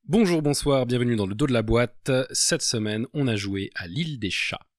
Bonjour, bonsoir, bienvenue dans le dos de la boîte. Cette semaine, on a joué à l'île des chats.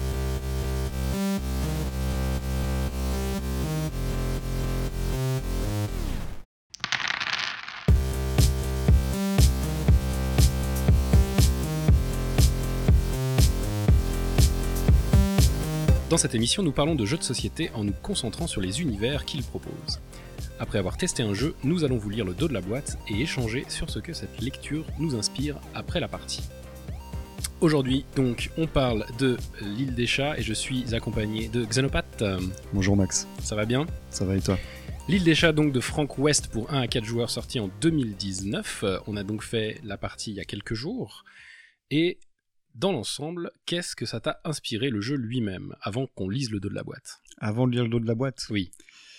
Dans cette émission, nous parlons de jeux de société en nous concentrant sur les univers qu'ils proposent. Après avoir testé un jeu, nous allons vous lire le dos de la boîte et échanger sur ce que cette lecture nous inspire après la partie. Aujourd'hui, donc, on parle de l'île des chats et je suis accompagné de Xenopath. Bonjour Max, Ça va bien ? ça va et toi? L'île des chats donc de Frank West pour 1 à 4 joueurs sorti en 2019. On a donc fait la partie il y a quelques jours. Et dans l'ensemble, qu'est-ce que ça t'a inspiré le jeu lui-même avant qu'on lise le dos de la boîte ? Avant de lire le dos de la boîte, Oui.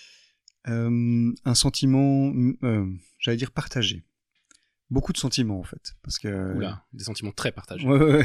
Un sentiment, j'allais dire partagé. Beaucoup de sentiments en fait. Parce que... Oula, des sentiments très partagés. Ouais.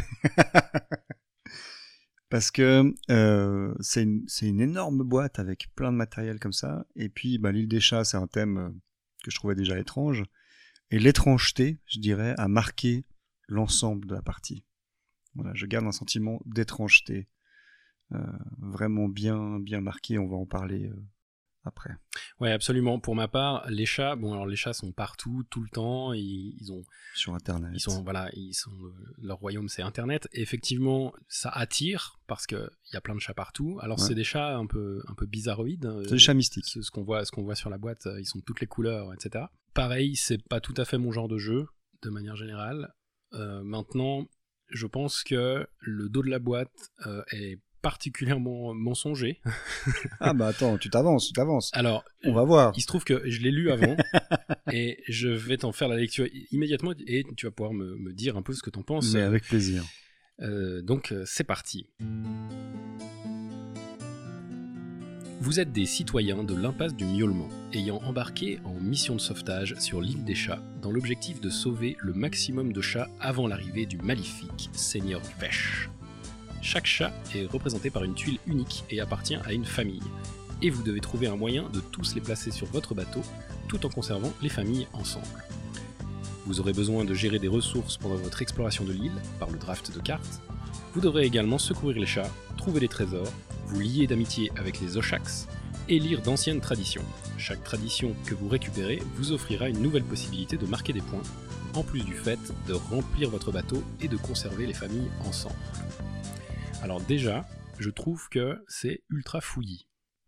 Parce que c'est une énorme boîte avec plein de matériel comme ça. Et puis l'île des chats, c'est un thème que je trouvais déjà étrange. Et l'étrangeté, je dirais, a marqué l'ensemble de la partie. Voilà, je garde un sentiment d'étrangeté vraiment bien marqué. On va en parler après. Ouais, absolument. Pour ma part, les chats, les chats sont partout, tout le temps. Ils ont, Sur Internet. leur royaume, c'est Internet. Et effectivement, ça attire parce que il y a plein de chats partout. Alors Ouais. c'est des chats un peu bizarroïdes. C'est des chats mystiques. Ce qu'on voit sur la boîte, ils sont de toutes les couleurs, etc. Pareil, c'est pas tout à fait mon genre de jeu, de manière générale. Maintenant, je pense que le dos de la boîte est particulièrement mensonger. Ah attends, tu t'avances. Alors, On va voir. il se trouve que je l'ai lu avant et je vais t'en faire la lecture immédiatement et tu vas pouvoir me dire un peu ce que t'en penses. Mais avec plaisir. Donc, c'est parti. Vous êtes des citoyens de l'impasse du Miaulement, ayant embarqué en mission de sauvetage sur l'île des chats, dans l'objectif de sauver le maximum de chats avant l'arrivée du maléfique Seigneur Pêche. Chaque chat est représenté par une tuile unique et appartient à une famille, et vous devez trouver un moyen de tous les placer sur votre bateau, tout en conservant les familles ensemble. Vous aurez besoin de gérer des ressources pendant votre exploration de l'île, par le draft de cartes. Vous devrez également secourir les chats, trouver des trésors, vous lier d'amitié avec les Oshaks, et lire d'anciennes traditions. Chaque tradition que vous récupérez vous offrira une nouvelle possibilité de marquer des points, en plus du fait de remplir votre bateau et de conserver les familles ensemble. Alors déjà, je trouve que c'est ultra fouillis.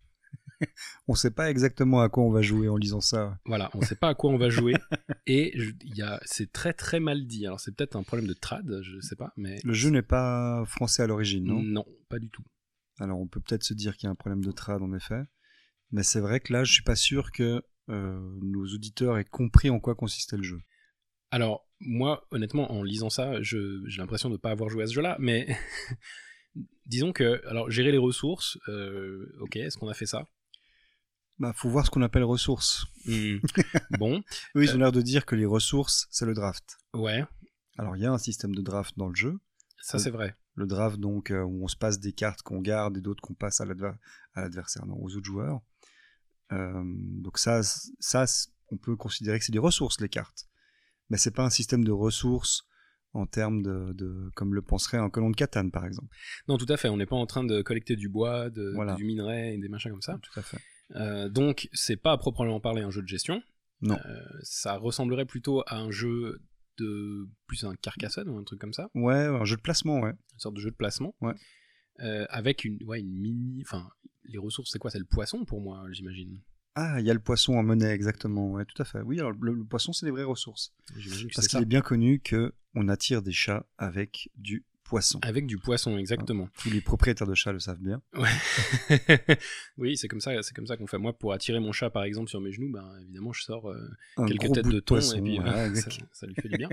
On sait pas exactement à quoi on va jouer en lisant ça. Voilà, on ne sait pas à quoi on va jouer, et c'est très très mal dit. Alors c'est peut-être un problème de trad, je sais pas, mais... Le jeu n'est pas français à l'origine, non? Non, pas du tout. Alors on peut peut-être se dire qu'il y a un problème de trad en effet. Mais c'est vrai que là, je suis pas sûr que nos auditeurs aient compris en quoi consistait le jeu. Alors, moi, honnêtement, en lisant ça, j'ai l'impression de ne pas avoir joué à ce jeu-là, mais... Disons que, alors, gérer les ressources, ok, est-ce qu'on a fait ça ? Faut voir ce qu'on appelle ressources. Bon. Eux, ils ont l'air de dire que les ressources, c'est le draft. Ouais. Alors, il y a un système de draft dans le jeu. Ça, c'est vrai. Le draft, donc, où on se passe des cartes qu'on garde et d'autres qu'on passe à l'adversaire, non, aux autres joueurs. Donc ça, on peut considérer que c'est des ressources, les cartes. Mais c'est pas un système de ressources en termes de comme le penserait un colon de Catan, par exemple. Non, tout à fait. On n'est pas en train de collecter du bois, Voilà. du minerai et des machins comme ça. Tout à fait. Donc, c'est pas à proprement parler un jeu de gestion. Non. Ça ressemblerait plutôt à un jeu de plus un Carcassonne ou un truc comme ça. Ouais, un jeu de placement, ouais. Une sorte de jeu de placement. Ouais. Avec une mini... Enfin, les ressources, c'est quoi ? C'est le poisson pour moi, j'imagine. Ah, il y a le poisson en monnaie, exactement. Ouais, tout à fait. Oui, alors le poisson, c'est des vraies ressources. J'imagine que Parce c'est qu'il ça. est bien connu qu'on attire des chats avec du poisson. Avec du poisson, exactement. Tous les propriétaires de chats le savent bien. Ouais. Oui, c'est comme ça qu'on fait. Moi, pour attirer mon chat, par exemple, sur mes genoux, évidemment, je sors quelques gros têtes bout de thon poisson, et puis voilà, ça lui fait du bien.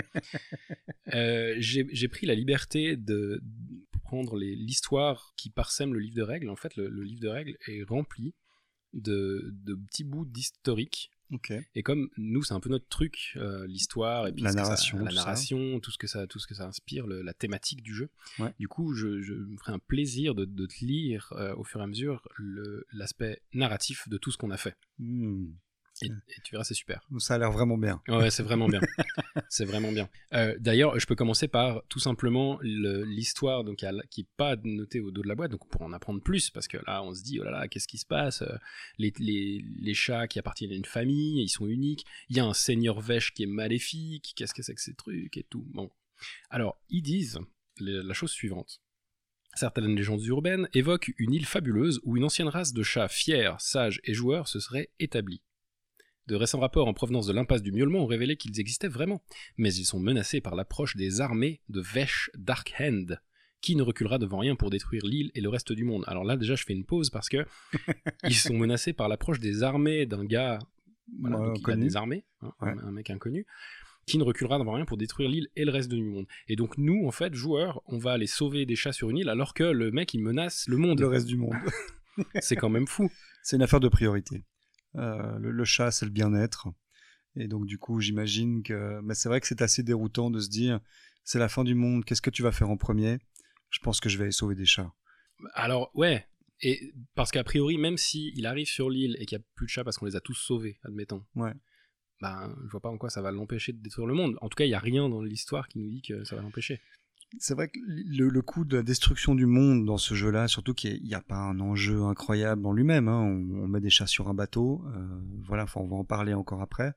J'ai pris la liberté de prendre l'histoire qui parsème le livre de règles. En fait, le livre de règles est rempli de petits bouts d'historique. Ok. Et comme nous, c'est un peu notre truc, l'histoire et puis La narration, tout ce que ça inspire, la thématique du jeu. Ouais. Du coup, je me ferai un plaisir de te lire au fur et à mesure l'aspect narratif de tout ce qu'on a fait. Et tu verras, c'est super. Ça a l'air vraiment bien. Ouais, c'est vraiment bien. C'est vraiment bien. D'ailleurs, je peux commencer par tout simplement l'histoire donc, qui n'est pas notée au dos de la boîte, donc pour en apprendre plus, parce que là, on se dit, oh là là, qu'est-ce qui se passe, les chats qui appartiennent à une famille, ils sont uniques. Il y a un seigneur Vesh qui est maléfique. Qu'est-ce que c'est que ces trucs et tout. Bon. Alors, ils disent la chose suivante. Certaines légendes urbaines évoquent une île fabuleuse où une ancienne race de chats fiers, sages et joueurs se serait établie. De récents rapports en provenance de l'impasse du Miaulement ont révélé qu'ils existaient vraiment, mais ils sont menacés par l'approche des armées de Vesh Darkhand, qui ne reculera devant rien pour détruire l'île et le reste du monde. Alors là, déjà, je fais une pause parce que ils sont menacés par l'approche des armées d'un gars, voilà, donc il y a des armées, hein, ouais. un mec inconnu, qui ne reculera devant rien pour détruire l'île et le reste du monde. Et donc nous, en fait, joueurs, on va aller sauver des chats sur une île alors que le mec, il menace le monde. Le reste du monde. C'est quand même fou. C'est une affaire de priorité. Le chat, c'est le bien-être. Et donc, du coup, j'imagine que... Mais c'est vrai que c'est assez déroutant de se dire, c'est la fin du monde, qu'est-ce que tu vas faire en premier ? Je pense que je vais aller sauver des chats. Alors, ouais. Et parce qu'a priori, même s'il arrive sur l'île et qu'il n'y a plus de chats parce qu'on les a tous sauvés, admettons. Ouais. Ben, je vois pas en quoi ça va l'empêcher de détruire le monde. En tout cas, il n'y a rien dans l'histoire qui nous dit que ça va l'empêcher. C'est vrai que le coup de la destruction du monde dans ce jeu-là, surtout qu'il n'y a pas un enjeu incroyable en lui-même, hein. On met des chats sur un bateau, voilà, on va en parler encore après,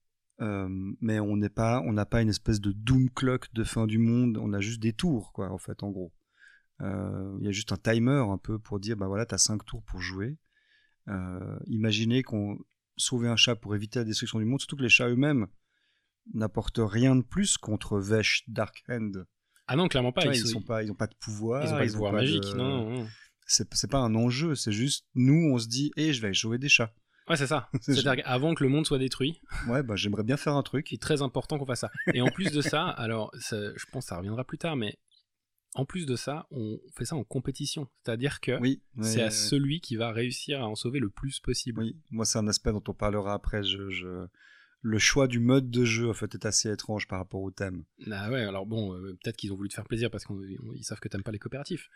mais on n'a pas une espèce de doom clock de fin du monde, on a juste des tours, quoi, en fait, en gros. Il y a juste un timer un peu pour dire, bah voilà, t'as 5 tours pour jouer. Imaginez qu'on sauver un chat pour éviter la destruction du monde, surtout que les chats eux-mêmes n'apportent rien de plus contre Vesh Darkhand. Ah non, clairement pas. Ils n'ont pas de pouvoir. Ils n'ont pas de pouvoir magique. Non. C'est pas un enjeu, c'est juste nous, on se dit, je vais aller sauver des chats. Ouais, c'est ça. C'est-à-dire qu'avant que le monde soit détruit. Ouais, bah j'aimerais bien faire un truc. Il est très important qu'on fasse ça. Et en plus de ça, alors, je pense que ça reviendra plus tard, mais en plus de ça, on fait ça en compétition. C'est-à-dire que c'est à celui qui va réussir à en sauver le plus possible. Oui, moi c'est un aspect dont on parlera après. Le choix du mode de jeu en fait est assez étrange par rapport au thème. Ah ouais, alors bon, peut-être qu'ils ont voulu te faire plaisir parce qu'ils savent que t'aimes pas les coopératifs.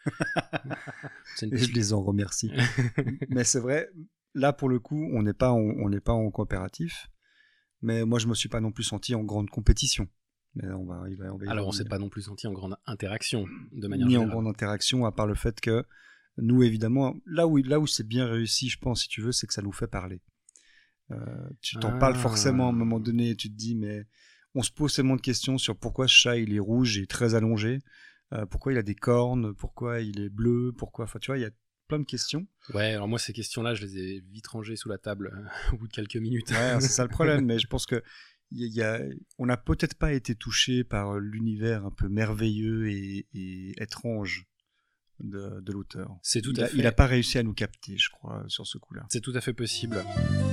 Je les en remercie. Mais c'est vrai, là pour le coup, on n'est pas en coopératif. Mais moi je me suis pas non plus senti en grande compétition. Mais on va alors on s'est pas non plus senti en grande interaction de manière ni générale. En grande interaction, à part le fait que nous évidemment, là où c'est bien réussi, je pense, si tu veux, c'est que ça nous fait parler. Tu t'en parles forcément à un moment donné, tu te dis, mais on se pose tellement de questions sur pourquoi ce chat il est rouge et très allongé, pourquoi il a des cornes, pourquoi il est bleu, enfin tu vois, il y a plein de questions. Ouais, alors moi ces questions-là, je les ai vite rangées sous la table au bout de quelques minutes. Ouais, c'est ça le problème, mais je pense que on n'a peut-être pas été touché par l'univers un peu merveilleux et étrange de l'auteur. C'est tout à fait. Il n'a pas réussi à nous capter, je crois, sur ce coup-là. C'est tout à fait possible.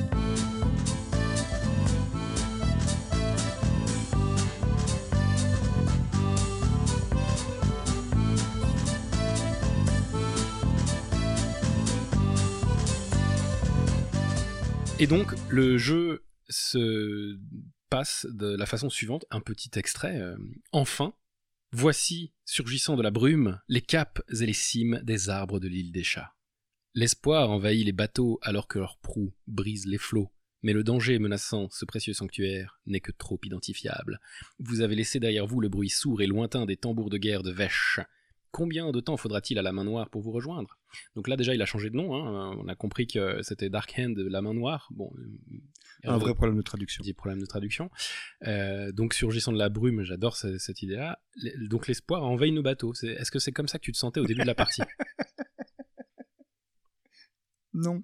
Et donc, le jeu se passe de la façon suivante, un petit extrait. Enfin, voici, surgissant de la brume, les capes et les cimes des arbres de l'île des chats. L'espoir envahit les bateaux alors que leurs proues brisent les flots, mais le danger menaçant ce précieux sanctuaire n'est que trop identifiable. Vous avez laissé derrière vous le bruit sourd et lointain des tambours de guerre de Vesh. Combien de temps faudra-t-il à la main noire pour vous rejoindre ? Donc là déjà il a changé de nom, hein. On a compris que c'était Darkhand, la main noire. Bon, un vrai problème de traduction. Petit problème de traduction. Donc surgissant de la brume, j'adore cette idée-là. Donc l'espoir envahit nos bateaux. Est-ce que c'est comme ça que tu te sentais au début de la partie ? Non.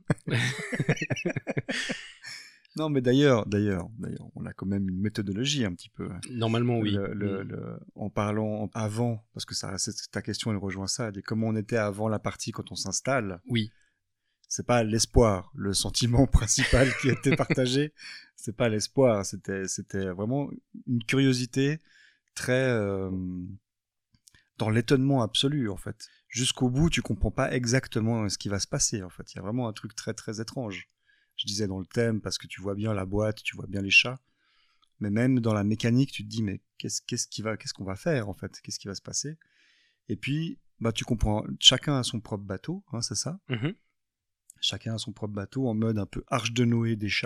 Non, mais d'ailleurs, on a quand même une méthodologie un petit peu. Normalement, oui. En parlant avant, parce que ta question, elle rejoint ça, comment on était avant la partie quand on s'installe. Oui. C'est pas l'espoir, le sentiment principal qui a été partagé. C'est pas l'espoir, c'était vraiment une curiosité très dans l'étonnement absolu en fait. Jusqu'au bout, tu comprends pas exactement ce qui va se passer en fait. Il y a vraiment un truc très très étrange. Je disais dans le thème parce que tu vois bien la boîte, tu vois bien les chats, mais même dans la mécanique, tu te dis mais qu'est-ce qu'on va faire en fait, qu'est-ce qui va se passer ? Et puis bah tu comprends, chacun a son propre bateau, hein, c'est ça. Mm-hmm. Chacun a son propre bateau en mode un peu arche de Noé des chats.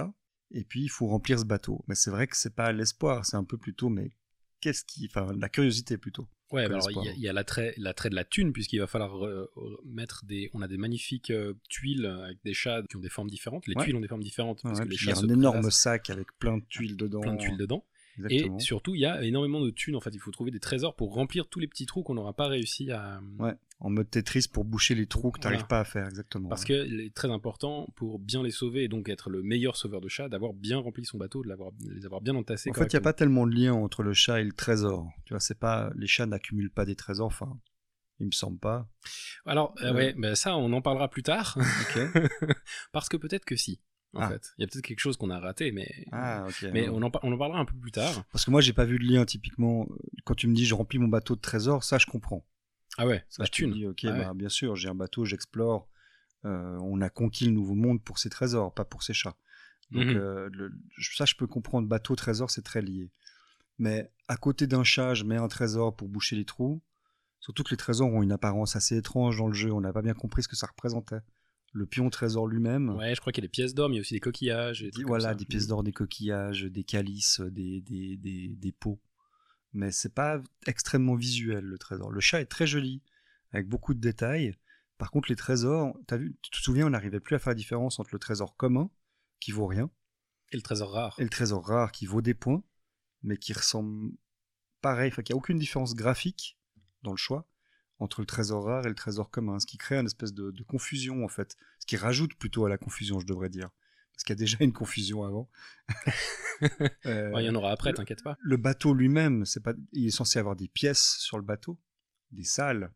et puis il faut remplir ce bateau. Mais c'est vrai que c'est pas l'espoir, c'est un peu plutôt, mais la curiosité plutôt. Ouais, bah alors il y a l'attrait de la thune, puisqu'il va falloir mettre on a des magnifiques tuiles avec des chats qui ont des formes différentes. Les tuiles ont des formes différentes. Parce que les chats il y a un énorme sac avec plein de tuiles dedans. Exactement. Et surtout, il y a énormément de thunes. En fait, il faut trouver des trésors pour remplir tous les petits trous qu'on n'aura pas réussi à... Ouais, en mode Tetris pour boucher les trous que tu n'arrives pas à faire, exactement. Parce que il est très important pour bien les sauver et donc être le meilleur sauveur de chats, d'avoir bien rempli son bateau, de les avoir bien entassés. En fait, il n'y a pas tellement de lien entre le chat et le trésor. Tu vois, c'est pas... Les chats n'accumulent pas des trésors, enfin... Il me semble pas. Alors, ouais, bah ça, on en parlera plus tard. Parce que peut-être que si. En fait, il y a peut-être quelque chose qu'on a raté, mais on en parlera un peu plus tard. Parce que moi, j'ai pas vu de lien typiquement. Quand tu me dis je remplis mon bateau de trésors, ça je comprends. Ah ouais, ça je te dis bien sûr, j'ai un bateau, j'explore. On a conquis le nouveau monde pour ses trésors, pas pour ses chats. Donc ça, je peux comprendre. Bateau, trésor, c'est très lié. Mais à côté d'un chat, je mets un trésor pour boucher les trous. Surtout que les trésors ont une apparence assez étrange dans le jeu. On n'a pas bien compris ce que ça représentait. Le pion trésor lui-même. Ouais, je crois qu'il y a des pièces d'or, mais il y a aussi des coquillages. Des pièces d'or, des coquillages, des calices, des pots. Mais c'est pas extrêmement visuel, le trésor. Le chat est très joli, avec beaucoup de détails. Par contre, les trésors, tu te souviens, on n'arrivait plus à faire la différence entre le trésor commun, qui vaut rien, et le trésor rare. Et le trésor rare, qui vaut des points, mais qui ressemble pareil. Enfin, qu'il n'y a aucune différence graphique dans le choix entre le trésor rare et le trésor commun, ce qui crée une espèce de confusion en fait, ce qui rajoute plutôt à la confusion, je devrais dire, parce qu'il y a déjà une confusion avant. Il y en aura après, t'inquiète pas. Le bateau lui-même, il est censé avoir des pièces sur le bateau, des salles.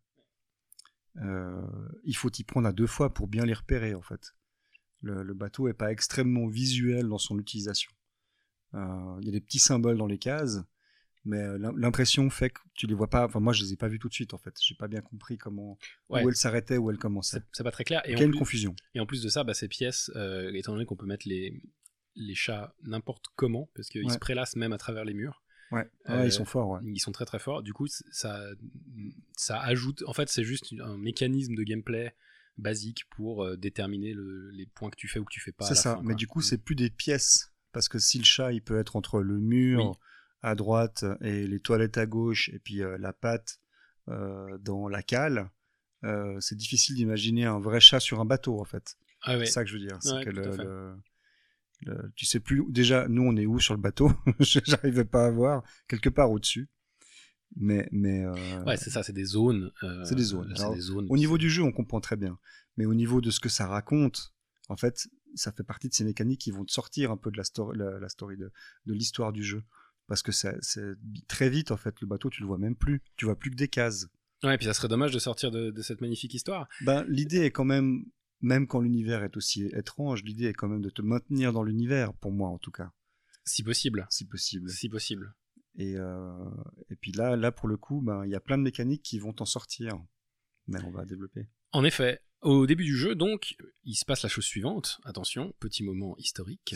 Il faut y prendre à 2 fois pour bien les repérer en fait. Le bateau est pas extrêmement visuel dans son utilisation. Il y a des petits symboles dans les cases, mais l'impression fait que tu les vois pas. Enfin, moi, je les ai pas vus tout de suite en fait. J'ai pas bien compris où elles s'arrêtaient, où elles commençaient. C'est pas très clair. Et une confusion. Et en plus de ça, ces pièces, étant donné qu'on peut mettre les chats n'importe comment, parce qu'ils se prélassent même à travers les murs. Ouais, ils sont forts. Ouais. Ils sont très très forts. Du coup, ça ajoute. En fait, c'est juste un mécanisme de gameplay basique pour déterminer les points que tu fais ou que tu fais pas. C'est ça. Mais du coup, c'est plus des pièces, parce que si le chat, il peut être entre le mur à droite et les toilettes à gauche et puis la patte dans la cale, c'est difficile d'imaginer un vrai chat sur un bateau en fait. C'est ça que je veux dire. C'est que tu sais plus déjà nous on est où sur le bateau. J'arrivais pas à voir, quelque part au-dessus. Mais ouais, c'est ça, c'est des zones. C'est des zones. Alors, au niveau du jeu, on comprend très bien. Mais au niveau de ce que ça raconte, en fait, ça fait partie de ces mécaniques qui vont te sortir un peu de la story de l'histoire du jeu. Parce que c'est très vite, en fait, le bateau, tu le vois même plus. Tu vois plus que des cases. Ouais, et puis ça serait dommage de sortir de cette magnifique histoire. L'idée est quand même quand l'univers est aussi étrange, l'idée est quand même de te maintenir dans l'univers, pour moi en tout cas. Si possible. Et puis là, pour le coup, il y a plein de mécaniques qui vont t'en sortir. Mais on va développer. En effet, au début du jeu, donc, il se passe la chose suivante. Attention, petit moment historique.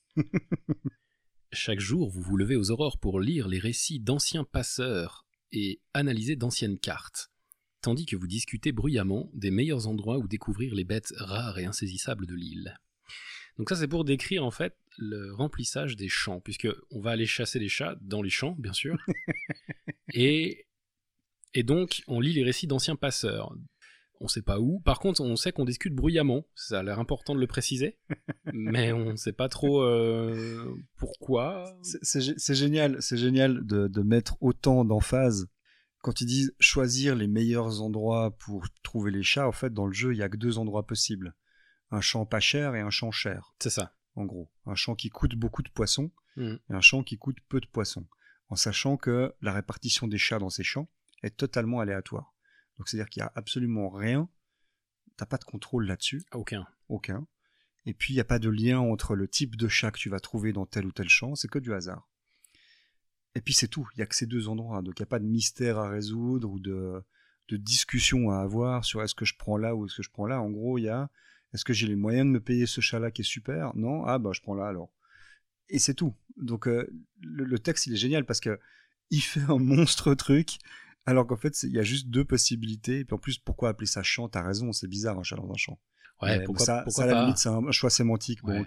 Chaque jour, vous vous levez aux aurores pour lire les récits d'anciens passeurs et analyser d'anciennes cartes, tandis que vous discutez bruyamment des meilleurs endroits où découvrir les bêtes rares et insaisissables de l'île. Donc ça, c'est pour décrire en fait le remplissage des champs, puisque on va aller chasser les chats dans les champs, bien sûr, et donc on lit les récits d'anciens passeurs. On sait pas où. Par contre, on sait qu'on discute bruyamment. Ça a l'air important de le préciser, mais on sait pas trop pourquoi. C'est génial de mettre autant d'emphase. Quand ils disent choisir les meilleurs endroits pour trouver les chats, en fait, dans le jeu, il y a que 2 endroits possibles. Un champ pas cher et un champ cher. C'est ça. En gros. Un champ qui coûte beaucoup de poissons et un champ qui coûte peu de poissons. En sachant que la répartition des chats dans ces champs est totalement aléatoire. Donc c'est-à-dire qu'il n'y a absolument rien, t'as pas de contrôle là-dessus. Aucun. Et puis il n'y a pas de lien entre le type de chat que tu vas trouver dans tel ou tel champ, c'est que du hasard. Et puis c'est tout, il n'y a que ces 2 endroits, donc il n'y a pas de mystère à résoudre ou de discussion à avoir sur est-ce que je prends là ou est-ce que je prends là. En gros, il y a est-ce que j'ai les moyens de me payer ce chat-là qui est super ? Non ? Je prends là alors. Et c'est tout. Donc le texte il est génial parce que il fait un monstre truc. Alors qu'en fait, il y a juste 2 possibilités. Et puis en plus, pourquoi appeler ça champ ? T'as raison, c'est bizarre un chat dans un champ. Ouais, pourquoi à la limite, c'est un choix sémantique. Bon, ok.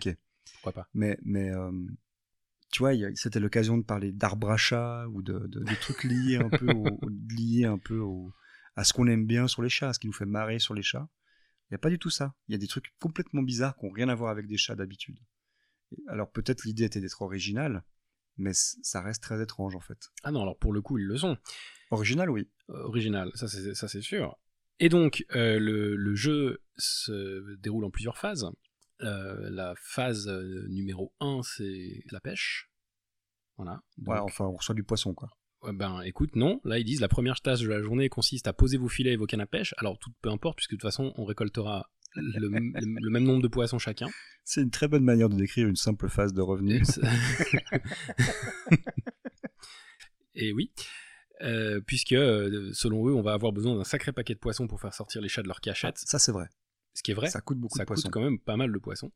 Pourquoi pas. Mais tu vois, c'était l'occasion de parler d'arbre à chat ou de trucs liés un peu à ce qu'on aime bien sur les chats, à ce qui nous fait marrer sur les chats. Il n'y a pas du tout ça. Il y a des trucs complètement bizarres qui n'ont rien à voir avec des chats d'habitude. Alors peut-être l'idée était d'être originale, mais ça reste très étrange en fait. Ah non, alors pour le coup, ils le sont. Original, oui. Original, ça c'est sûr. Et donc, le jeu se déroule en plusieurs phases. La phase numéro 1, c'est la pêche. Voilà. Donc, ouais, enfin, on reçoit du poisson, quoi. Ben écoute, non. Là, ils disent la première tâche de la journée consiste à poser vos filets et vos cannes à pêche. Alors, tout peu importe, puisque de toute façon, on récoltera le même nombre de poissons chacun. C'est une très bonne manière de décrire une simple phase de revenus. Et oui. Puisque, selon eux, on va avoir besoin d'un sacré paquet de poissons pour faire sortir les chats de leur cachette. Ça, c'est vrai. Ce qui est vrai. Ça coûte beaucoup de poissons. Ça coûte quand même pas mal de poissons.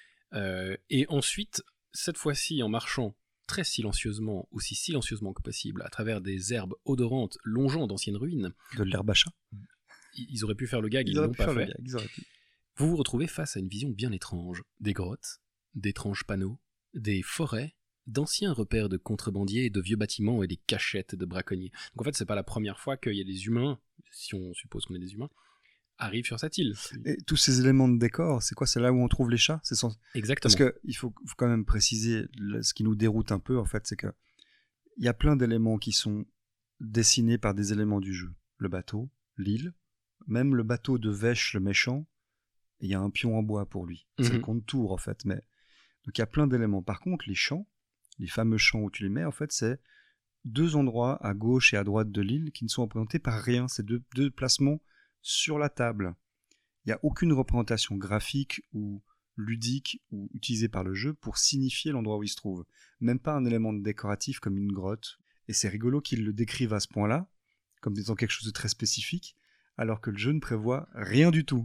Et ensuite, cette fois-ci, en marchant très silencieusement, aussi silencieusement que possible, à travers des herbes odorantes longeant d'anciennes ruines. De l'herbe à chat. Ils auraient pu faire le gag, ils l'ont pas fait. Ils auraient pu. Vous vous retrouvez face à une vision bien étrange. Des grottes, d'étranges panneaux, des forêts, d'anciens repères de contrebandiers, de vieux bâtiments et des cachettes de braconniers. Donc en fait, c'est pas la première fois qu'il y a des humains, si on suppose qu'on est des humains, arrivent sur cette île. Et tous ces éléments de décor, c'est quoi? C'est là où on trouve les chats? Exactement. Parce qu'il faut quand même préciser, ce qui nous déroute un peu, en fait, c'est que il y a plein d'éléments qui sont dessinés par des éléments du jeu. Le bateau, l'île, même le bateau de Vèche, le méchant, il y a un pion en bois pour lui. C'est le contour, en fait. Donc il y a plein d'éléments. Par contre, les champs, les fameux champs où tu les mets, en fait, c'est 2 endroits à gauche et à droite de l'île qui ne sont représentés par rien. C'est deux placements sur la table. Il n'y a aucune représentation graphique ou ludique ou utilisée par le jeu pour signifier l'endroit où il se trouve. Même pas un élément décoratif comme une grotte. Et c'est rigolo qu'ils le décrivent à ce point-là, comme étant quelque chose de très spécifique, alors que le jeu ne prévoit rien du tout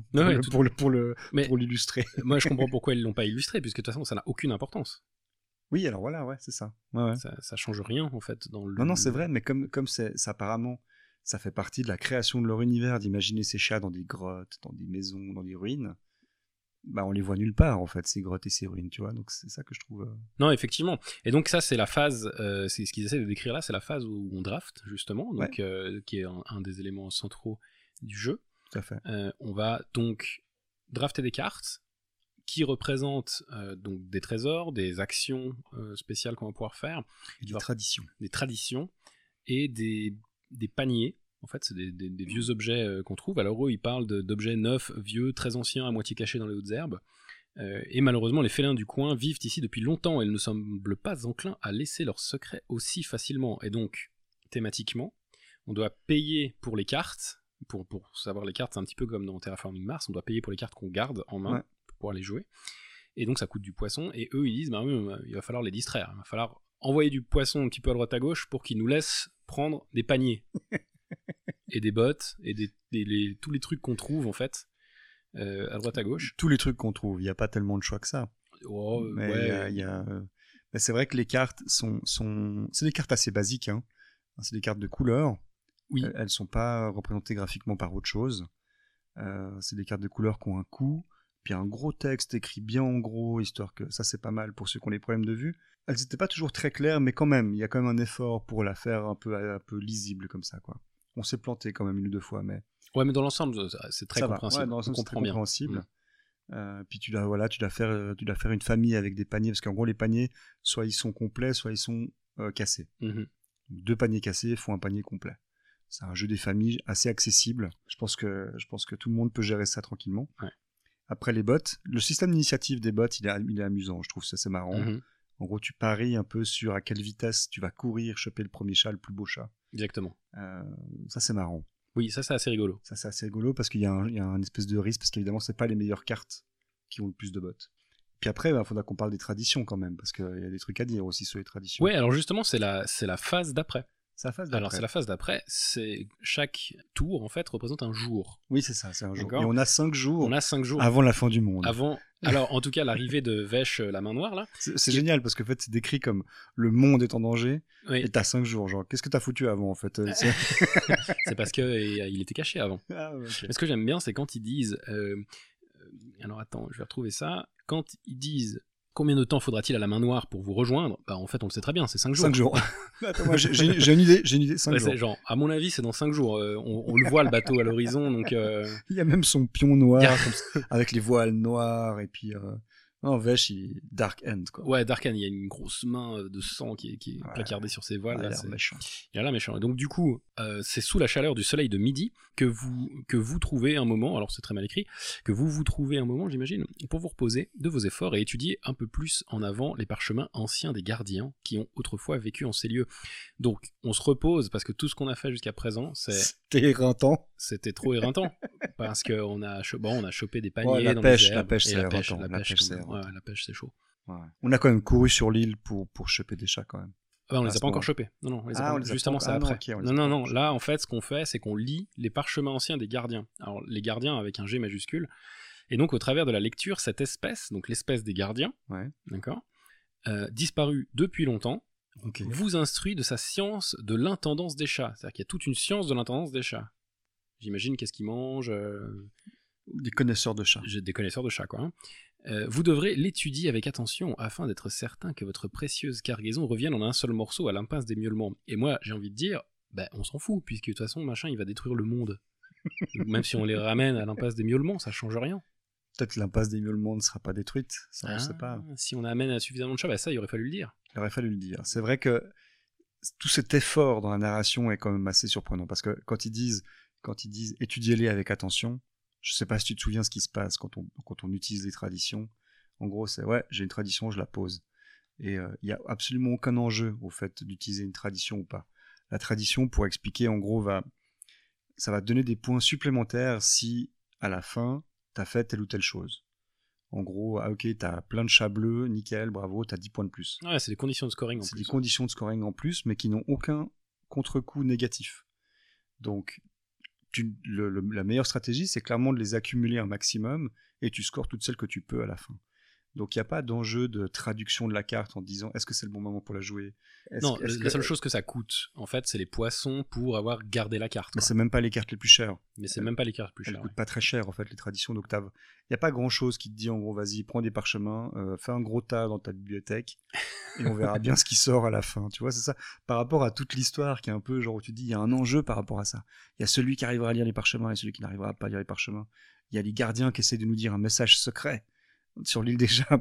pour l'illustrer. Moi, je comprends pourquoi ils l'ont pas illustré, puisque de toute façon, ça n'a aucune importance. Oui, alors voilà, ouais, c'est ça. Ouais. Ça change rien, en fait. Non, c'est vrai, mais comme ça apparemment... Ça fait partie de la création de leur univers, d'imaginer ces chats dans des grottes, dans des maisons, dans des ruines. Bah, on les voit nulle part, en fait, ces grottes et ces ruines, tu vois. Donc, c'est ça que je trouve... Non, effectivement. Et donc, ça, c'est la phase... c'est ce qu'ils essaient de décrire là, c'est la phase où on draft, justement, donc, qui est un des éléments centraux du jeu. Tout à fait. On va donc drafter des cartes qui représentent donc des trésors, des actions spéciales qu'on va pouvoir faire. Et des traditions. Des traditions et des paniers, en fait, c'est des vieux objets qu'on trouve. Alors eux, ils parlent d'objets neufs, vieux, très anciens, à moitié cachés dans les hautes herbes. Et malheureusement, les félins du coin vivent ici depuis longtemps et ils ne semblent pas enclins à laisser leurs secrets aussi facilement. Et donc, thématiquement, on doit payer pour les cartes. Pour savoir les cartes, c'est un petit peu comme dans Terraforming Mars, on doit payer pour les cartes qu'on garde en main pour pouvoir les jouer. Et donc, ça coûte du poisson. Et eux, ils disent, il va falloir les distraire. Il va falloir envoyer du poisson un petit peu à droite à gauche pour qu'ils nous laissent prendre des paniers et des bottes et tous les trucs qu'on trouve en fait à droite à gauche. Tous les trucs qu'on trouve, il n'y a pas tellement de choix que ça. Mais c'est vrai que les cartes c'est des cartes assez basiques, hein. C'est des cartes de couleur. Oui. Elles sont pas représentées graphiquement par autre chose. C'est des cartes de couleur qui ont un coût, puis un gros texte écrit bien en gros, histoire que ça c'est pas mal pour ceux qui ont des problèmes de vue. Elles n'étaient pas toujours très claires, mais quand même, il y a quand même un effort pour la faire un peu lisible comme ça, quoi. On s'est planté quand même 1 ou 2 fois, mais... Ouais, mais dans l'ensemble, c'est très compréhensible. Ouais, dans l'ensemble, c'est très compréhensible. Puis tu dois faire une famille avec des paniers, parce qu'en gros, les paniers, soit ils sont complets, soit ils sont cassés. 2 paniers cassés font un panier complet. C'est un jeu des familles assez accessible. Je pense que tout le monde peut gérer ça tranquillement. Ouais. Après les bots, le système d'initiative des bots, il est amusant, je trouve ça c'est marrant. En gros, tu paries un peu sur à quelle vitesse tu vas courir, choper le premier chat, le plus beau chat. Exactement. Ça, c'est marrant. Oui, ça, c'est assez rigolo. Ça, c'est assez rigolo parce qu'il y a un espèce de risque, parce qu'évidemment, c'est pas les meilleures cartes qui ont le plus de bots. Puis après, il faudra qu'on parle des traditions quand même, parce qu'il y a des trucs à dire aussi sur les traditions. Ouais, alors justement, c'est la phase d'après. Alors, c'est la phase d'après, chaque tour, en fait, représente un jour. Oui, c'est ça, c'est un jour. D'accord. Et on a 5 jours. On a 5 jours. Avant la fin du monde. Alors, en tout cas, l'arrivée de Vèche, la main noire, là. C'est génial, parce qu'en fait, c'est décrit comme le monde est en danger, oui. Et t'as 5 jours. Genre, qu'est-ce que t'as foutu avant, en fait? C'est parce qu'il était caché avant. Ah, okay. Mais ce que j'aime bien, c'est quand ils disent... alors attends, je vais retrouver ça. Quand ils disent Combien de temps faudra-t-il à la main noire pour vous rejoindre ? Bah, en fait, on le sait très bien, c'est 5 jours. 5 jours. Attends, moi, j'ai une idée, 5 Ouais, jours. c'est genre, à mon avis, c'est dans 5 jours. On le voit, le bateau à l'horizon, donc... Il y a même son pion noir, comme ça, avec les voiles noires, et puis... Non, Vesh, il est Dark End, quoi. Ouais, Dark End, il y a une grosse main de sang qui est placardée sur ses voiles. Il a là, l'air méchant. Il a l'air méchant. Et donc, du coup, c'est sous la chaleur du soleil de midi que vous trouvez un moment, alors c'est très mal écrit, que vous trouvez un moment, j'imagine, pour vous reposer de vos efforts et étudier un peu plus en avant les parchemins anciens des gardiens qui ont autrefois vécu en ces lieux. Donc, on se repose parce que tout ce qu'on a fait jusqu'à présent, C'était éreintant. C'était trop éreintant parce qu'on a chopé des paniers la dans pêche, les herbes. la pêche, Et c'est la pêche, éreintant. la pêche, c'est chaud. Ouais. On a quand même couru sur l'île pour choper des chats, quand même. On les a pas encore chopés. Non, on les a pas... Justement, c'est après. Non. Là, en fait, ce qu'on fait, c'est qu'on lit les parchemins anciens des gardiens. Alors, les gardiens avec un G majuscule. Et donc, au travers de la lecture, cette espèce, donc l'espèce des gardiens, d'accord, disparue depuis longtemps, vous instruit de sa science de l'intendance des chats. C'est-à-dire qu'il y a toute une science de l'intendance des chats. J'imagine qu'est-ce qu'ils mangent. Des connaisseurs de chats. Des connaisseurs de chats, quoi. Hein. Vous devrez l'étudier avec attention afin d'être certain que votre précieuse cargaison revienne en un seul morceau à l'impasse des miaulements. Et moi, j'ai envie de dire, on s'en fout, puisque de toute façon, machin, il va détruire le monde. Donc, même si on les ramène à l'impasse des miaulements, ça change rien. Peut-être que l'impasse des miaulements ne sera pas détruite, ça on ne sait pas. Si on amène suffisamment de chats, ça, il aurait fallu le dire. Il aurait fallu le dire. C'est vrai que tout cet effort dans la narration est quand même assez surprenant, parce que quand ils disent étudiez-les avec attention, je sais pas si tu te souviens ce qui se passe quand on utilise les traditions. En gros, c'est j'ai une tradition, je la pose. Et il y a absolument aucun enjeu au fait d'utiliser une tradition ou pas. La tradition, pour expliquer, en gros, ça va te donner des points supplémentaires si, à la fin, t'as fait telle ou telle chose. En gros, t'as plein de chats bleus, nickel, bravo, t'as 10 points de plus. Ouais, c'est des conditions de scoring en plus. C'est des conditions de scoring en plus, mais qui n'ont aucun contre-coup négatif. Donc, la meilleure stratégie, c'est clairement de les accumuler un maximum, et tu scores toutes celles que tu peux à la fin. Donc il n'y a pas d'enjeu de traduction de la carte en disant est-ce que c'est le bon moment pour la jouer. Non, la seule chose que ça coûte, en fait, c'est les poissons pour avoir gardé la carte. Mais c'est même pas les cartes les plus chères. Elles coûtent pas très cher, en fait, les traditions. Donc il n'y a pas grand-chose qui te dit, en gros, vas-y, prends des parchemins, fais un gros tas dans ta bibliothèque, et on verra bien ce qui sort à la fin. Tu vois, c'est ça. Par rapport à toute l'histoire qui est un peu, genre, où tu dis, il y a un enjeu par rapport à ça. Il y a celui qui arrivera à lire les parchemins et celui qui n'arrivera pas à lire les parchemins. Il y a les gardiens qui essaient de nous dire un message secret sur l'île des chats.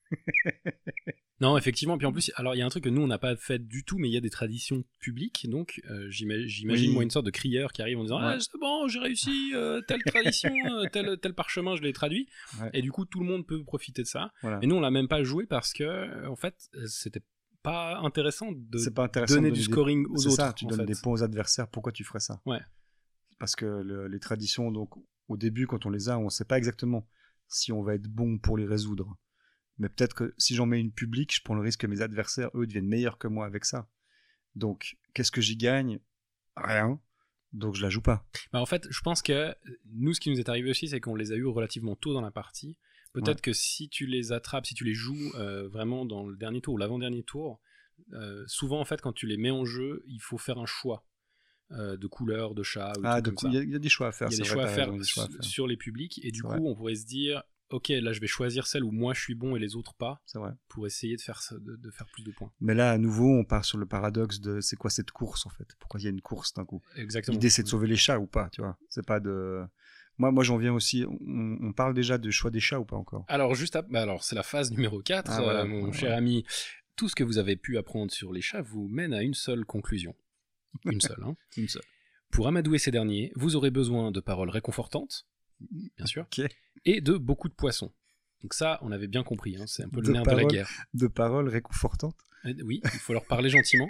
Non, effectivement. Puis en plus, alors il y a un truc que nous on n'a pas fait du tout, mais il y a des traditions publiques. Donc j'imagine moi une sorte de crieur qui arrive en disant c'est bon, j'ai réussi telle tradition, tel parchemin, je l'ai traduit. Ouais. Et du coup tout le monde peut profiter de ça. Voilà. Et nous on l'a même pas joué parce que en fait c'était pas intéressant de donner du scoring aux autres. C'est ça, tu donnes des points aux adversaires. Pourquoi tu ferais ça ? Ouais. Parce que les traditions, donc au début quand on les a, on sait pas exactement si on va être bon pour les résoudre. Mais peut-être que si j'en mets une publique, je prends le risque que mes adversaires, eux, deviennent meilleurs que moi avec ça. Donc, qu'est-ce que j'y gagne ? Rien. Donc, je la joue pas. En fait, je pense que nous, ce qui nous est arrivé aussi, c'est qu'on les a eu relativement tôt dans la partie. Peut-être que si tu les attrapes, si tu les joues vraiment dans le dernier tour ou l'avant-dernier tour, souvent, en fait, quand tu les mets en jeu, il faut faire un choix. De couleurs, de chats. Il y a des choix à faire. Il y a des choix à faire sur les publics. Et du coup, on pourrait se dire, ok, là je vais choisir celle où moi je suis bon et les autres pas. C'est vrai. Pour essayer de faire plus de points. Mais là, à nouveau, on part sur le paradoxe de c'est quoi cette course en fait ? Pourquoi il y a une course d'un coup ? Exactement. L'idée c'est de sauver les chats ou pas, tu vois ? C'est pas de. Moi j'en viens aussi. On parle déjà de choix des chats ou pas encore ? Alors, alors c'est la phase numéro 4, mon cher ami. Tout ce que vous avez pu apprendre sur les chats vous mène à une seule conclusion. Une seule, hein. Une seule. Pour amadouer ces derniers, vous aurez besoin de paroles réconfortantes, bien sûr, et de beaucoup de poissons. Donc ça, on avait bien compris, hein, c'est un peu le nerf de la guerre. De paroles réconfortantes ? Oui, il faut leur parler gentiment.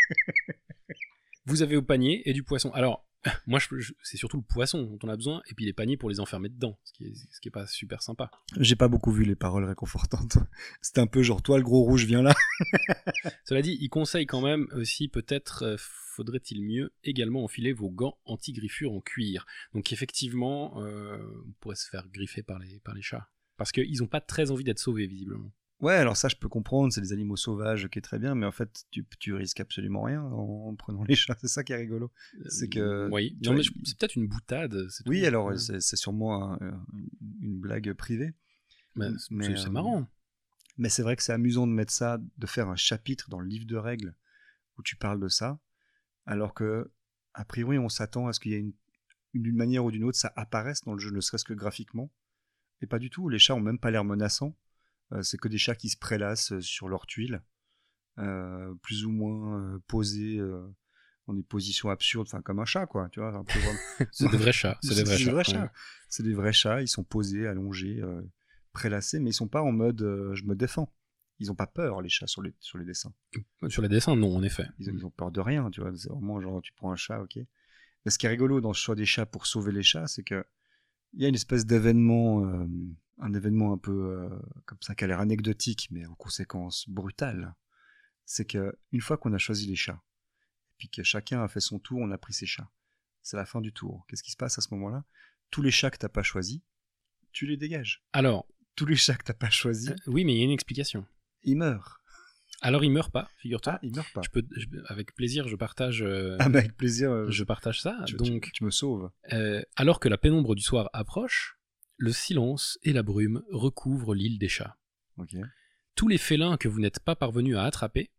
Vous avez au panier et du poisson. Alors, moi, c'est surtout le poisson dont on a besoin, et puis les paniers pour les enfermer dedans, ce qui est pas super sympa. J'ai pas beaucoup vu les paroles réconfortantes. C'était un peu genre, toi le gros rouge, viens là. Cela dit, il conseille quand même aussi, peut-être faudrait-il mieux également enfiler vos gants anti-griffures en cuir. Donc effectivement, on pourrait se faire griffer par les chats. Parce qu'ils n'ont pas très envie d'être sauvés, visiblement. Ouais, alors ça je peux comprendre, c'est des animaux sauvages qui est très bien, mais en fait tu risques absolument rien en prenant les chats, c'est ça qui est rigolo. C'est que oui, c'est peut-être une boutade. Oui, alors c'est sûrement une blague privée. Mais c'est marrant. Mais c'est vrai que c'est amusant de mettre ça, de faire un chapitre dans le livre de règles où tu parles de ça, alors que, a priori, on s'attend à ce qu'il y ait d'une manière ou d'une autre, ça apparaisse dans le jeu, ne serait-ce que graphiquement. Et pas du tout, les chats ont même pas l'air menaçants. C'est que des chats qui se prélassent sur leurs tuiles, plus ou moins posés dans des positions absurdes, enfin comme un chat, quoi. Tu vois, un peu vraiment... C'est des vrais chats. C'est des vrais chats. Ouais. C'est des vrais chats, ils sont posés, allongés, prélassés, mais ils sont pas en mode je me défends. Ils ont pas peur, les chats, sur les dessins. Sur les dessins, non, en effet. Ils ont peur de rien, tu vois. C'est vraiment genre, tu prends un chat, ok. Mais ce qui est rigolo dans le choix des chats pour sauver les chats, c'est que il y a une espèce d'événement, un événement un peu comme ça, qui a l'air anecdotique, mais en conséquence brutale. C'est que une fois qu'on a choisi les chats, et puis que chacun a fait son tour, on a pris ses chats. C'est la fin du tour. Qu'est-ce qui se passe à ce moment-là? Tous les chats que t'as pas choisis, tu les dégages. Alors, tous les chats que t'as pas choisis, oui, mais il y a une explication. Ils meurent. Alors ils meurent pas, figure-toi. Ah, ils meurent pas. Avec plaisir, je partage. Avec plaisir. Je partage ça. Donc, tu me sauves. Alors que la pénombre du soir approche, le silence et la brume recouvrent l'île des chats. Okay. Tous les félins que vous n'êtes pas parvenus à attraper,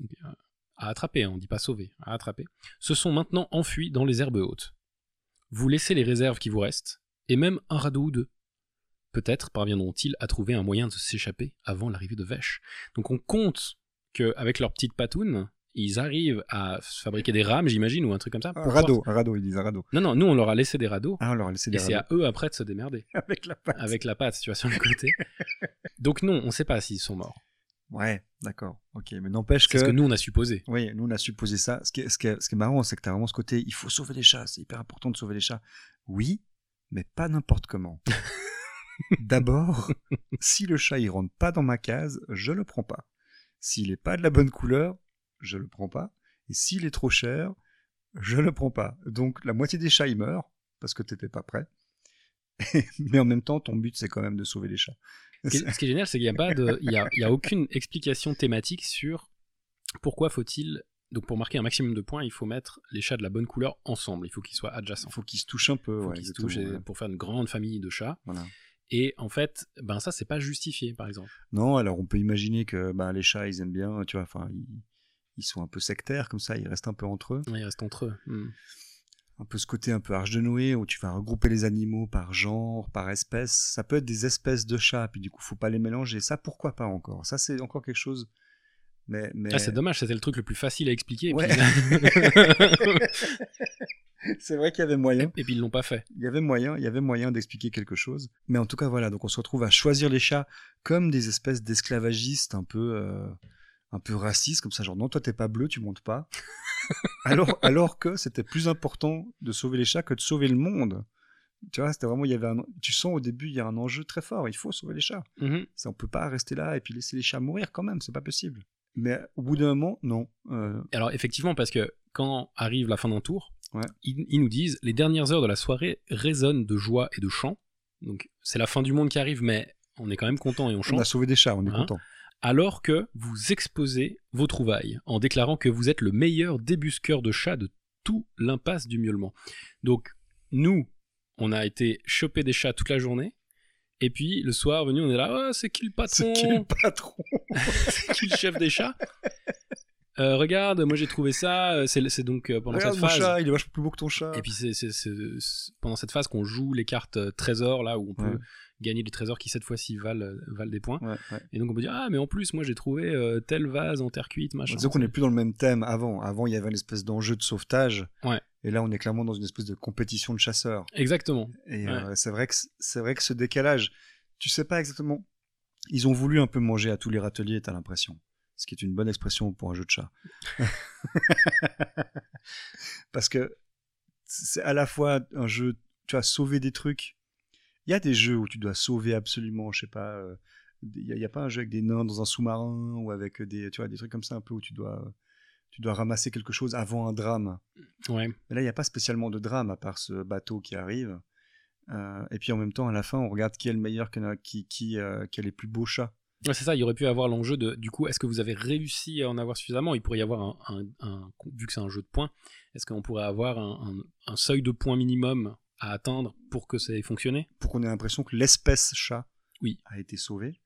on dit pas sauver, à attraper, se sont maintenant enfuis dans les herbes hautes. Vous laissez les réserves qui vous restent, et même un radeau ou deux. Peut-être parviendront-ils à trouver un moyen de s'échapper avant l'arrivée de Vesh. Donc on compte qu'avec leurs petites patounes, ils arrivent à fabriquer des rames, j'imagine, ou un truc comme ça. Un radeau, ils disent un radeau. Non, nous on leur a laissé des radeaux. Ah, on leur a laissé des radeaux. Et c'est à eux après de se démerder. Avec la patte. Avec la patte, tu vois, sur le côté. Donc non, on ne sait pas s'ils sont morts. Ouais, d'accord. Ok, mais n'empêche que... C'est ce que nous on a supposé. Oui, nous on a supposé ça. Ce qui est marrant, c'est que tu as vraiment ce côté, il faut sauver les chats, c'est hyper important de sauver les chats. Oui, mais pas n'importe comment. D'abord, si le chat il rentre pas dans ma case, je le prends pas. S'il est pas de la bonne couleur, je le prends pas. Et s'il est trop cher, je le prends pas. Donc la moitié des chats ils meurent parce que t'étais pas prêt. Mais en même temps, ton but c'est quand même de sauver les chats. Ce qui est génial, c'est qu'il y a aucune explication thématique sur pourquoi faut-il. Donc pour marquer un maximum de points, il faut mettre les chats de la bonne couleur ensemble. Il faut qu'ils soient adjacents. Il faut qu'ils se touchent un peu. Il faut qu'ils se touchent pour faire une grande famille de chats. Voilà. Et en fait, ça c'est pas justifié, par exemple. Non, alors on peut imaginer que les chats ils aiment bien, tu vois, enfin ils sont un peu sectaires comme ça, ils restent un peu entre eux. Ouais, ils restent entre eux. Un peu ce côté un peu Arche de Noé où tu vas regrouper les animaux par genre, par espèce. Ça peut être des espèces de chats, puis du coup faut pas les mélanger. Ça pourquoi pas encore. Ça c'est encore quelque chose. Mais... Ah, c'est dommage, c'était le truc le plus facile à expliquer. Ouais. C'est vrai qu'il y avait moyen. Et puis ils l'ont pas fait. Il y avait moyen d'expliquer quelque chose. Mais en tout cas, voilà, donc on se retrouve à choisir les chats comme des espèces d'esclavagistes un peu racistes, comme ça, genre non, toi t'es pas bleu, tu montes pas. alors que c'était plus important de sauver les chats que de sauver le monde. Tu vois, c'était vraiment, tu sens au début, il y a un enjeu très fort, il faut sauver les chats. Mm-hmm. Ça, on peut pas rester là et puis laisser les chats mourir quand même, c'est pas possible. Mais au bout d'un moment, non. Alors effectivement, parce que quand arrive la fin d'un tour, ouais. Ils nous disent les dernières heures de la soirée résonnent de joie et de chant. Donc c'est la fin du monde qui arrive, mais on est quand même content et on chante. On a sauvé des chats, on est content. Alors que vous exposez vos trouvailles en déclarant que vous êtes le meilleur débusqueur de chats de tout l'impasse du miaulement. Donc nous, on a été choper des chats toute la journée. Et puis le soir venu, on est là, c'est qui le patron? C'est qui le patron? C'est qui le chef des chats? Regarde, moi j'ai trouvé ça. C'est donc pendant cette phase. Mon chat, il est vachement plus beau que ton chat. Et puis c'est pendant cette phase qu'on joue les cartes trésors là où on peut gagner des trésors qui cette fois-ci valent des points. Ouais. Et donc on peut dire mais en plus moi j'ai trouvé tel vase en terre cuite machin. Disons qu'on n'est plus dans le même thème avant. Avant il y avait une espèce d'enjeu de sauvetage. Ouais. Et là on est clairement dans une espèce de compétition de chasseurs. Exactement. Et c'est vrai que ce décalage, tu sais pas exactement. Ils ont voulu un peu manger à tous les râteliers, t'as l'impression. Ce qui est une bonne expression pour un jeu de chat. Parce que c'est à la fois un jeu, tu vas sauver des trucs. Il y a des jeux où tu dois sauver absolument, je sais pas, il y a pas un jeu avec des nains dans un sous-marin ou avec des trucs comme ça un peu où tu dois ramasser quelque chose avant un drame. Ouais. Mais là, il n'y a pas spécialement de drame à part ce bateau qui arrive. Et puis en même temps, à la fin, on regarde qui est le meilleur, qui a les plus beaux chats. Ouais, c'est ça, il y aurait pu avoir l'enjeu de, du coup, est-ce que vous avez réussi à en avoir suffisamment? Il pourrait y avoir vu que c'est un jeu de points, est-ce qu'on pourrait avoir un seuil de points minimum à atteindre pour que ça ait fonctionné? Pour qu'on ait l'impression que l'espèce chat oui. a été sauvée.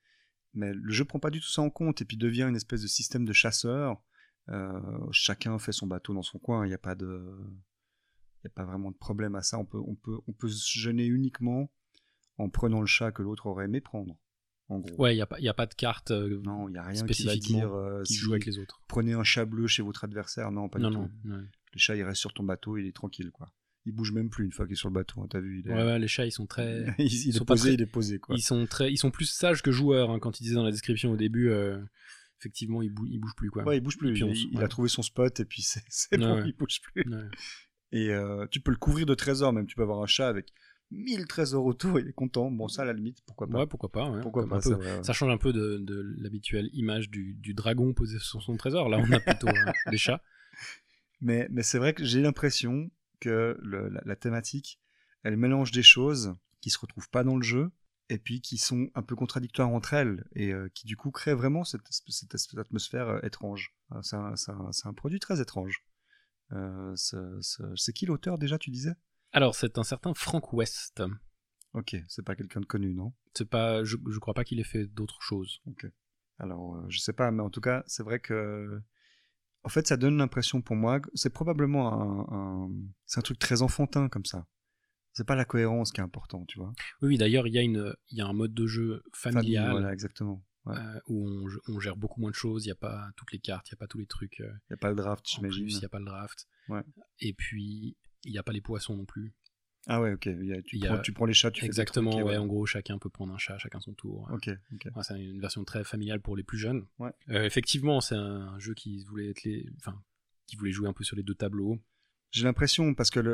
Mais le jeu prend pas du tout ça en compte et puis devient une espèce de système de chasseurs. Chacun fait son bateau dans son coin. Il n'y a pas vraiment de problème à ça. On peut se gêner uniquement en prenant le chat que l'autre aurait aimé prendre. En gros. Ouais, il y a pas de carte non, il y a rien qui va dire qui joue avec les autres. Prenez un chat bleu chez votre adversaire. Non, pas du tout. Ouais. Le chat, il reste sur ton bateau, il est tranquille, quoi. Il bouge même plus une fois qu'il est sur le bateau, hein, t'as vu. Ouais, les chats, ils sont très... il est posé, quoi. Ils sont plus sages que joueurs, hein, quand ils disaient dans la description au début, effectivement, ils bougent plus, quoi. Ouais, il bouge plus, il a trouvé son spot, et puis c'est bon, il bouge plus. Ouais. Et tu peux le couvrir de trésors, même, tu peux avoir un chat avec 1000 trésors autour, il est content. Bon, ça, à la limite, pourquoi pas. Ouais, pourquoi pas. Ouais. Pourquoi pas, vrai. Ça change un peu de l'habituelle image du dragon posé sur son trésor. Là, on a plutôt des chats. Mais c'est vrai que j'ai l'impression que la thématique, elle mélange des choses qui se retrouvent pas dans le jeu, et puis qui sont un peu contradictoires entre elles, et qui du coup créent vraiment cette atmosphère étrange. C'est un produit très étrange. C'est qui l'auteur déjà, tu disais ? Alors, c'est un certain Frank West. Ok, c'est pas quelqu'un de connu, non ? C'est pas, je crois pas qu'il ait fait d'autres choses. Ok. Alors, je sais pas, mais en tout cas, c'est vrai que... En fait, ça donne l'impression pour moi que c'est probablement c'est un truc très enfantin comme ça. C'est pas la cohérence qui est important, tu vois. Oui, d'ailleurs, il y a un mode de jeu familial. Voilà, exactement. Ouais. Où on gère beaucoup moins de choses, il n'y a pas toutes les cartes, il n'y a pas tous les trucs. Il n'y a pas le draft, j'imagine. Il n'y a pas le draft. Ouais. Et puis, il n'y a pas les poissons non plus. Ah ouais, ok. Tu prends les chats, tu exactement, fais des trucs, ouais, en gros, chacun peut prendre un chat, chacun son tour. Ok. Ouais, c'est une version très familiale pour les plus jeunes. Ouais. Effectivement, c'est un jeu qui voulait qui voulait jouer un peu sur les deux tableaux. J'ai l'impression, parce que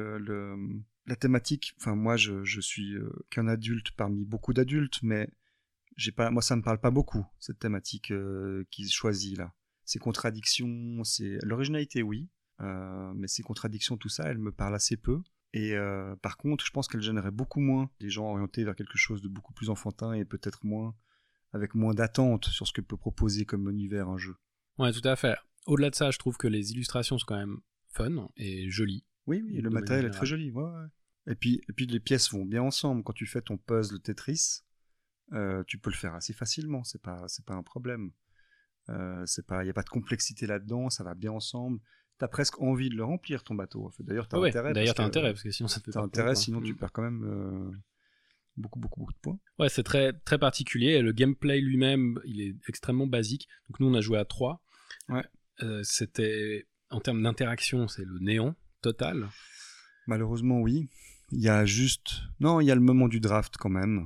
la thématique, enfin moi je suis qu'un adulte parmi beaucoup d'adultes, mais moi ça me parle pas beaucoup, cette thématique qu'ils choisit là. Ces contradictions, l'originalité oui, mais ces contradictions, tout ça, elles me parlent assez peu. Et par contre, je pense qu'elle gênerait beaucoup moins les gens orientés vers quelque chose de beaucoup plus enfantin et peut-être avec moins d'attente sur ce que peut proposer comme univers un jeu. Ouais, tout à fait. Au-delà de ça, je trouve que les illustrations sont quand même fun et jolies. Oui, le matériel est très joli. Ouais. Et puis les pièces vont bien ensemble. Quand tu fais ton puzzle Tetris, tu peux le faire assez facilement. C'est pas un problème. Il y a pas de complexité là-dedans. Ça va bien ensemble. T'as presque envie de le remplir ton bateau. D'ailleurs, t'as intérêt. D'ailleurs, t'as intérêt parce que sinon ça te fait pas intérêt, sinon tu perds quand même beaucoup de points. Ouais, c'est très très particulier. Et le gameplay lui-même, il est extrêmement basique. Donc nous, on a joué à 3. Ouais. C'était en termes d'interaction, c'est le néant total. Malheureusement, oui. Il y a le moment du draft quand même,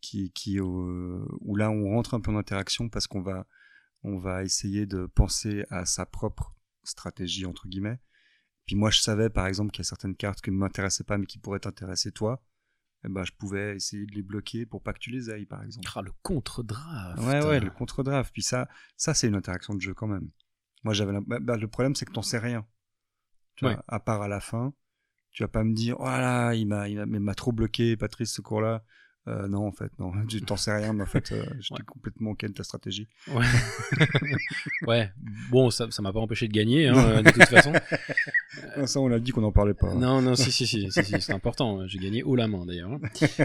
où là on rentre un peu en interaction parce qu'on va essayer de penser à sa propre stratégie entre guillemets. Puis moi je savais par exemple qu'il y a certaines cartes qui ne m'intéressaient pas mais qui pourraient t'intéresser toi. Et ben, je pouvais essayer de les bloquer pour pas que tu les ailles par exemple. Le contre-draft. Ouais, le contre-draft. Puis ça c'est une interaction de jeu quand même. Moi j'avais le problème c'est que t'en sais rien. Tu vois, à part à la fin, tu vas pas me dire oh là il m'a trop bloqué Patrice ce cours-là. Non en fait non, tu t'en sais rien mais en fait j'étais complètement ken ta stratégie. Ouais. Ouais. Bon ça m'a pas empêché de gagner de toute façon. Ça on a dit qu'on n'en parlait pas. Non si c'est important. J'ai gagné haut la main d'ailleurs.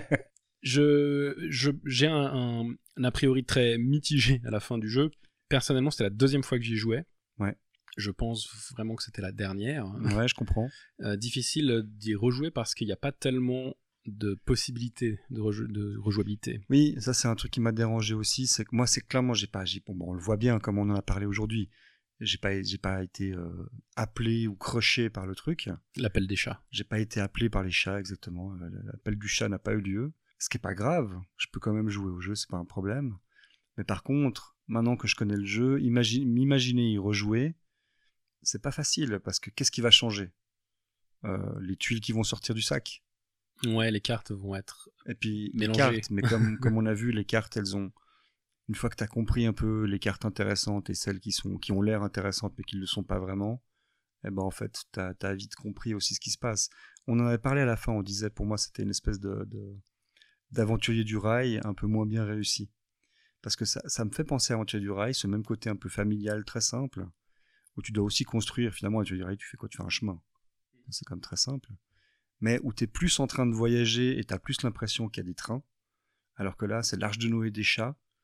J'ai un a priori très mitigé à la fin du jeu. Personnellement c'était la deuxième fois que j'y jouais. Ouais. Je pense vraiment que c'était la dernière. Ouais, je comprends. Difficile d'y rejouer parce qu'il n'y a pas tellement de possibilités de rejouabilité. Oui, ça c'est un truc qui m'a dérangé aussi, c'est que moi c'est clairement on le voit bien comme on en a parlé aujourd'hui. J'ai pas été appelé ou croché par le truc. L'appel des chats. J'ai pas été appelé par les chats exactement. L'appel du chat n'a pas eu lieu. Ce qui est pas grave. Je peux quand même jouer au jeu, c'est pas un problème. Mais par contre, maintenant que je connais le jeu, m'imaginer y rejouer, c'est pas facile parce que qu'est-ce qui va changer ? Les tuiles qui vont sortir du sac. Ouais, les cartes vont être et puis mélangées. Les cartes, mais comme on a vu, les cartes, elles ont, une fois que tu as compris un peu les cartes intéressantes et celles qui ont l'air intéressantes mais qui ne le sont pas vraiment, eh ben en fait, tu as vite compris aussi ce qui se passe. On en avait parlé à la fin, on disait pour moi c'était une espèce d'aventurier du rail un peu moins bien réussi. Parce que ça me fait penser à Aventurier du rail, ce même côté un peu familial, très simple, où tu dois aussi construire, finalement, Aventurier du rail, tu fais quoi ? Tu fais un chemin. C'est quand même très simple. Mais où tu es plus en train de voyager et tu as plus l'impression qu'il y a des trains, alors que là, c'est l'Arche de Noé des chats,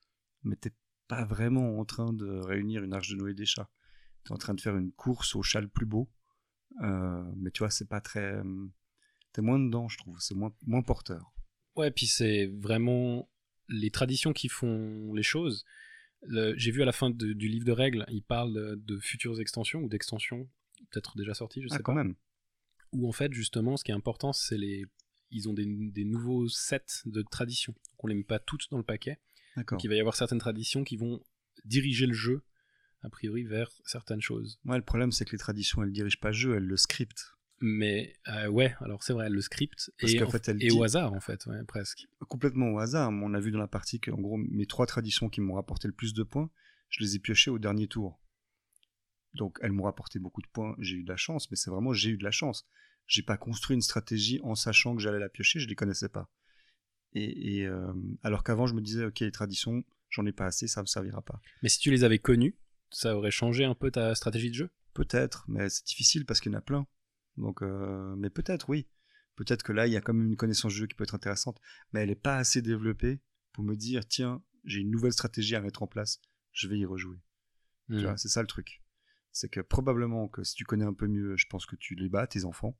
mais t'es pas vraiment en train de réunir une arche de Noé des chats. T'es en train de faire une course au chat le plus beau, mais tu vois, c'est pas très... T'es moins dedans, je trouve, c'est moins porteur. Ouais, puis c'est vraiment les traditions qui font les choses. J'ai vu à la fin du livre de règles, il parle de futures extensions ou d'extensions, peut-être déjà sorties, je sais quand pas. Même. Où en fait, justement, ce qui est important, c'est ils ont des nouveaux sets de traditions. On les met pas toutes dans le paquet. D'accord. Donc il va y avoir certaines traditions qui vont diriger le jeu, a priori, vers certaines choses. Ouais, le problème, c'est que les traditions, elles dirigent pas le jeu, elles le scriptent. Mais ouais, alors c'est vrai, elles le scriptent et au hasard, en fait, ouais, presque. Complètement au hasard. On a vu dans la partie que, en gros, mes 3 traditions qui m'ont rapporté le plus de points, je les ai piochées au dernier tour. Donc, elles m'ont rapporté beaucoup de points, j'ai eu de la chance, mais c'est vraiment j'ai eu de la chance. J'ai pas construit une stratégie en sachant que j'allais la piocher, je les connaissais pas. Et alors qu'avant, je me disais, ok, les traditions, j'en ai pas assez, ça me servira pas. Mais si tu les avais connues, ça aurait changé un peu ta stratégie de jeu ? Peut-être, mais c'est difficile parce qu'il y en a plein. Donc, mais peut-être, oui. Peut-être que là, il y a quand même une connaissance du jeu qui peut être intéressante, mais elle n'est pas assez développée pour me dire, tiens, j'ai une nouvelle stratégie à mettre en place, je vais y rejouer. Tu vois, c'est ça le truc. C'est que probablement que si tu connais un peu mieux, je pense que tu les bats, tes enfants.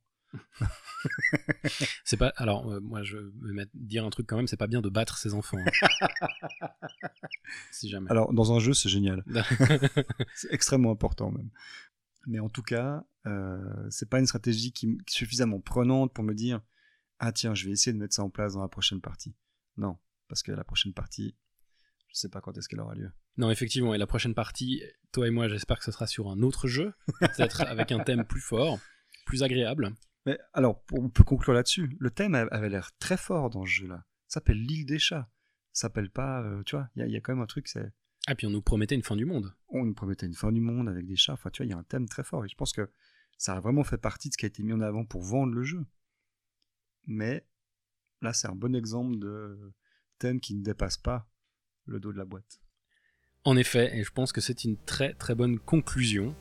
C'est pas. Alors, moi, je vais dire un truc quand même, c'est pas bien de battre ses enfants. Hein. Si jamais. Alors, dans un jeu, c'est génial. C'est extrêmement important même. Mais en tout cas, c'est pas une stratégie qui est suffisamment prenante pour me dire ah tiens, je vais essayer de mettre ça en place dans la prochaine partie. Non, parce que la prochaine partie, je sais pas quand est-ce qu'elle aura lieu. Non, effectivement, et la prochaine partie, toi et moi, j'espère que ce sera sur un autre jeu, peut-être avec un thème plus fort, plus agréable. Mais alors, on peut conclure là-dessus. Le thème avait l'air très fort dans ce jeu-là. Ça s'appelle l'île des chats. Ça s'appelle pas, tu vois, il y a quand même un truc, c'est... Ah, puis on nous promettait une fin du monde. On nous promettait une fin du monde avec des chats. Enfin, tu vois, il y a un thème très fort. Et je pense que ça a vraiment fait partie de ce qui a été mis en avant pour vendre le jeu. Mais là, c'est un bon exemple de thème qui ne dépasse pas le dos de la boîte. En effet, et je pense que c'est une très très bonne conclusion.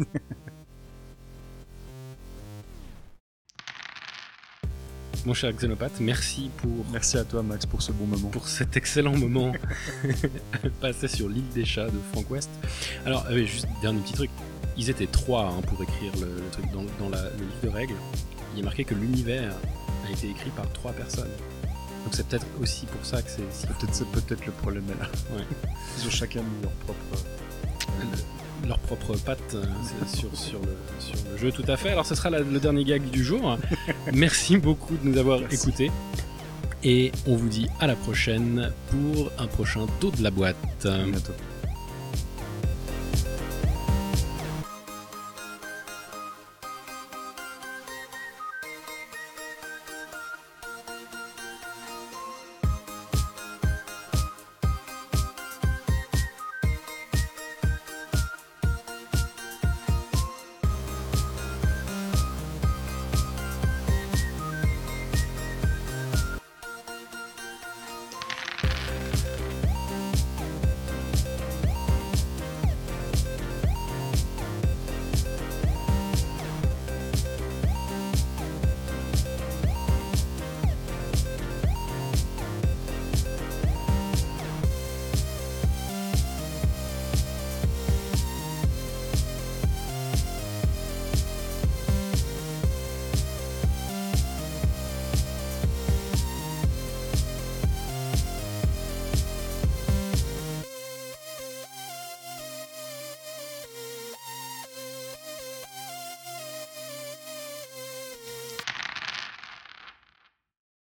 Mon cher Xenopathe, merci pour... Merci à toi, Max, pour ce bon moment. Pour cet excellent moment passé sur l'île des chats de Frank West. Alors, juste dernier petit truc. Ils étaient 3 pour écrire le truc dans le livre de règles. Il est marqué que l'univers a été écrit par 3 personnes. Donc c'est peut-être aussi pour ça que c'est... C'est peut-être le problème là. Ouais. Ils ont chacun mis leur propre patte sur le jeu, tout à fait. Alors ce sera le dernier gag du jour. Merci beaucoup de nous avoir écoutés. Et on vous dit à la prochaine pour un prochain Dos de la boîte. À bientôt.